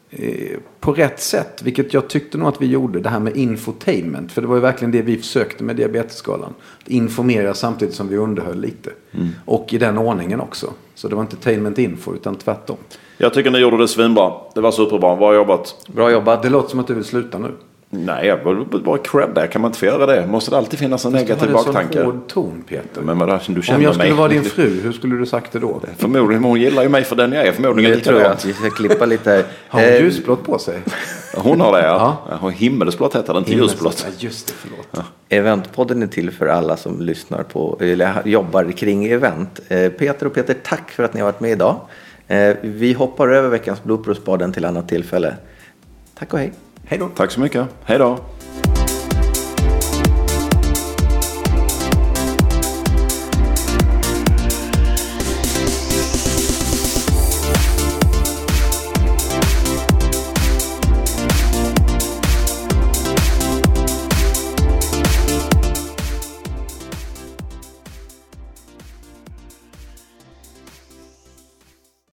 på rätt sätt, vilket jag tyckte nog att vi gjorde, det här med infotainment, för det var ju verkligen det vi försökte med diabetesskalan, att informera samtidigt som vi underhöll lite mm. och i den ordningen också, så det var inte tainment info utan tvärtom. Jag tycker ni gjorde det svinbra, det var superbra, bra jobbat. Bra jobbat. Det låter som att du vill sluta nu. Nej, jag vill bara cred där. Kan man inte få göra det? Måste det alltid finnas en negativ baktanke? Det är en hård ton, Peter. Men vad, du känner Om jag skulle mig. vara din fru, hur skulle du sagt det då? Förmodligen, hon gillar ju mig för den jag är. Förmodligen det tror jag att vi ska klippa lite här. Har hon ljusblått på sig? Hon har det, ja. ja. Hon himmelsblått heter den, till ljusblått. Ja, just det, förlåt. Ja. Eventpodden är till för alla som lyssnar på, eller jobbar kring event. Peter och Peter, tack för att ni har varit med idag. Vi hoppar över veckans blooperspaden till annat tillfälle. Tack och hej. Hej då. Tack så mycket. Hej då.